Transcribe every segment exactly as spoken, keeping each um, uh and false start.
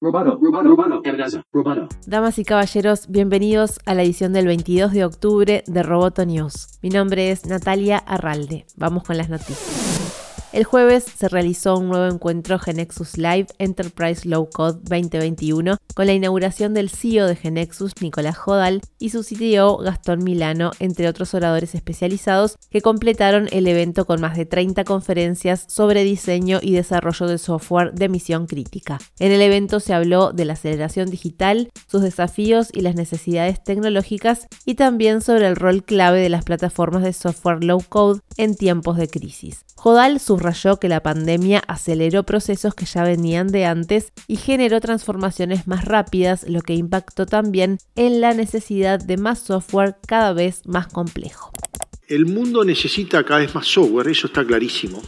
Roboto, roboto, roboto, amenaza, roboto. Damas y caballeros, bienvenidos a la edición del veintidós de octubre de Roboto News. Mi nombre es Natalia Arralde. Vamos con las noticias. El jueves se realizó un nuevo encuentro GeneXus Live Enterprise Low Code veinte veintiuno con la inauguración del C E O de GeneXus, Nicolás Jodal, y su C T O, Gastón Milano, entre otros oradores especializados que completaron el evento con más de treinta conferencias sobre diseño y desarrollo de software de misión crítica. En el evento se habló de la aceleración digital, sus desafíos y las necesidades tecnológicas, y también sobre el rol clave de las plataformas de software low code en tiempos de crisis. Jodal subrayó que la pandemia aceleró procesos que ya venían de antes y generó transformaciones más rápidas, lo que impactó también en la necesidad de más software cada vez más complejo. El mundo necesita cada vez más software, eso está clarísimo.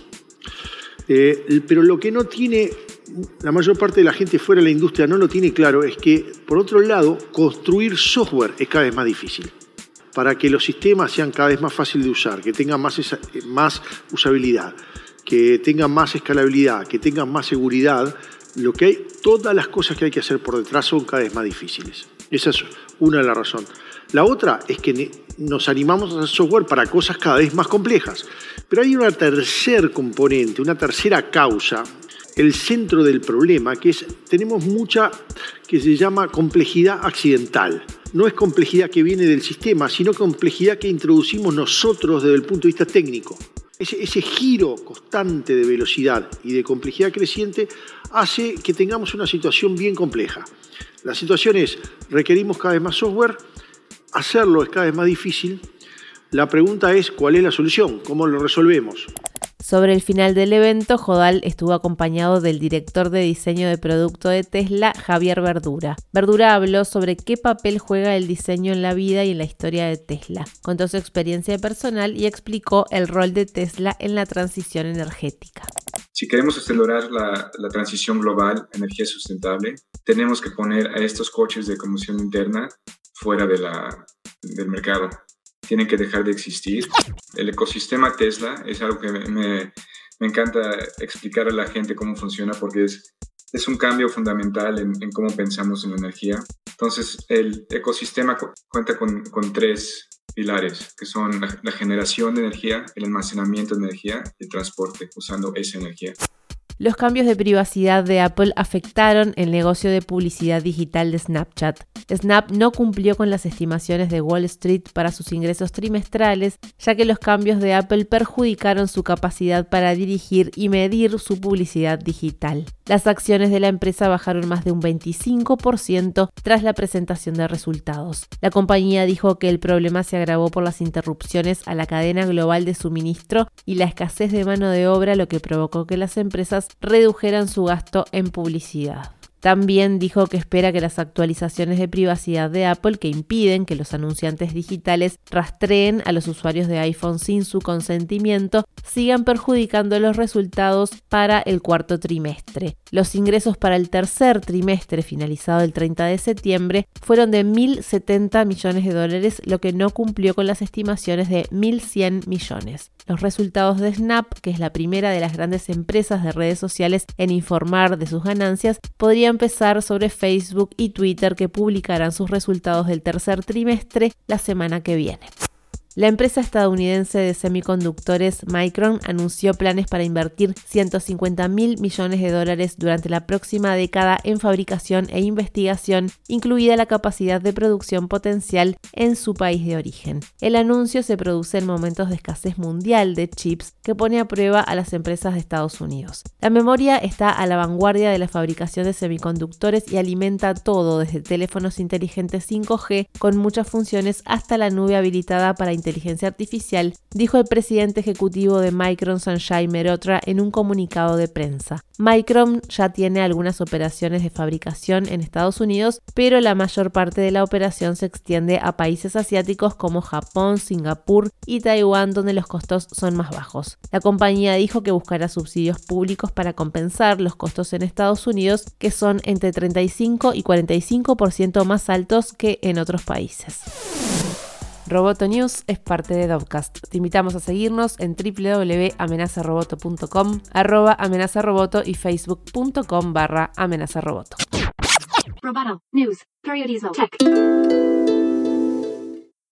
Eh, pero lo que no tiene, la mayor parte de la gente fuera de la industria no lo tiene claro, es que, por otro lado, construir software es cada vez más difícil. Para que los sistemas sean cada vez más fáciles de usar, que tengan más, esa, más usabilidad, que tengan más escalabilidad, que tengan más seguridad, lo que hay, todas las cosas que hay que hacer por detrás son cada vez más difíciles. Esa es una de las razones. La otra es que nos animamos a hacer software para cosas cada vez más complejas. Pero hay una tercer componente, una tercera causa, el centro del problema, que es, tenemos mucha que se llama complejidad accidental. No es complejidad que viene del sistema, sino complejidad que introducimos nosotros desde el punto de vista técnico. Ese, ese giro constante de velocidad y de complejidad creciente hace que tengamos una situación bien compleja. La situación es, requerimos cada vez más software, hacerlo es cada vez más difícil. La pregunta es, ¿cuál es la solución? ¿Cómo lo resolvemos? Sobre el final del evento, Jodal estuvo acompañado del director de diseño de producto de Tesla, Javier Verdura. Verdura habló sobre qué papel juega el diseño en la vida y en la historia de Tesla. Contó su experiencia personal y explicó el rol de Tesla en la transición energética. Si queremos acelerar la, la transición global a energía sustentable, tenemos que poner a estos coches de combustión interna fuera de la, del mercado. Tienen que dejar de existir. El ecosistema Tesla es algo que me, me, me encanta explicar a la gente cómo funciona porque es, es un cambio fundamental en, en cómo pensamos en la energía. Entonces, el ecosistema cu- cuenta con, con tres pilares, que son la, la generación de energía, el almacenamiento de energía y el transporte usando esa energía. Los cambios de privacidad de Apple afectaron el negocio de publicidad digital de Snapchat. Snap no cumplió con las estimaciones de Wall Street para sus ingresos trimestrales, ya que los cambios de Apple perjudicaron su capacidad para dirigir y medir su publicidad digital. Las acciones de la empresa bajaron más de un veinticinco por ciento tras la presentación de resultados. La compañía dijo que el problema se agravó por las interrupciones a la cadena global de suministro y la escasez de mano de obra, lo que provocó que las empresas redujeran su gasto en publicidad. También dijo que espera que las actualizaciones de privacidad de Apple, que impiden que los anunciantes digitales rastreen a los usuarios de iPhone sin su consentimiento, sigan perjudicando los resultados para el cuarto trimestre. Los ingresos para el tercer trimestre, finalizado el treinta de septiembre, fueron de mil setenta millones de dólares, lo que no cumplió con las estimaciones de mil cien millones. Los resultados de Snap, que es la primera de las grandes empresas de redes sociales en informar de sus ganancias, podrían pesar sobre Facebook y Twitter, que publicarán sus resultados del tercer trimestre la semana que viene. La empresa estadounidense de semiconductores Micron anunció planes para invertir ciento cincuenta mil millones de dólares durante la próxima década en fabricación e investigación, incluida la capacidad de producción potencial en su país de origen. El anuncio se produce en momentos de escasez mundial de chips que pone a prueba a las empresas de Estados Unidos. La memoria está a la vanguardia de la fabricación de semiconductores y alimenta todo, desde teléfonos inteligentes cinco G con muchas funciones hasta la nube habilitada para inteligencia artificial, dijo el presidente ejecutivo de Micron, Sanjay Mehrotra, en un comunicado de prensa. Micron ya tiene algunas operaciones de fabricación en Estados Unidos, pero la mayor parte de la operación se extiende a países asiáticos como Japón, Singapur y Taiwán, donde los costos son más bajos. La compañía dijo que buscará subsidios públicos para compensar los costos en Estados Unidos, que son entre treinta y cinco y cuarenta y cinco por ciento más altos que en otros países. Roboto News es parte de Dovcast. Te invitamos a seguirnos en doble u doble u doble u punto amenaza roboto punto com, arroba amenazaroboto y facebook punto com barra amenazaroboto. Roboto. News. Periodismo. Tech.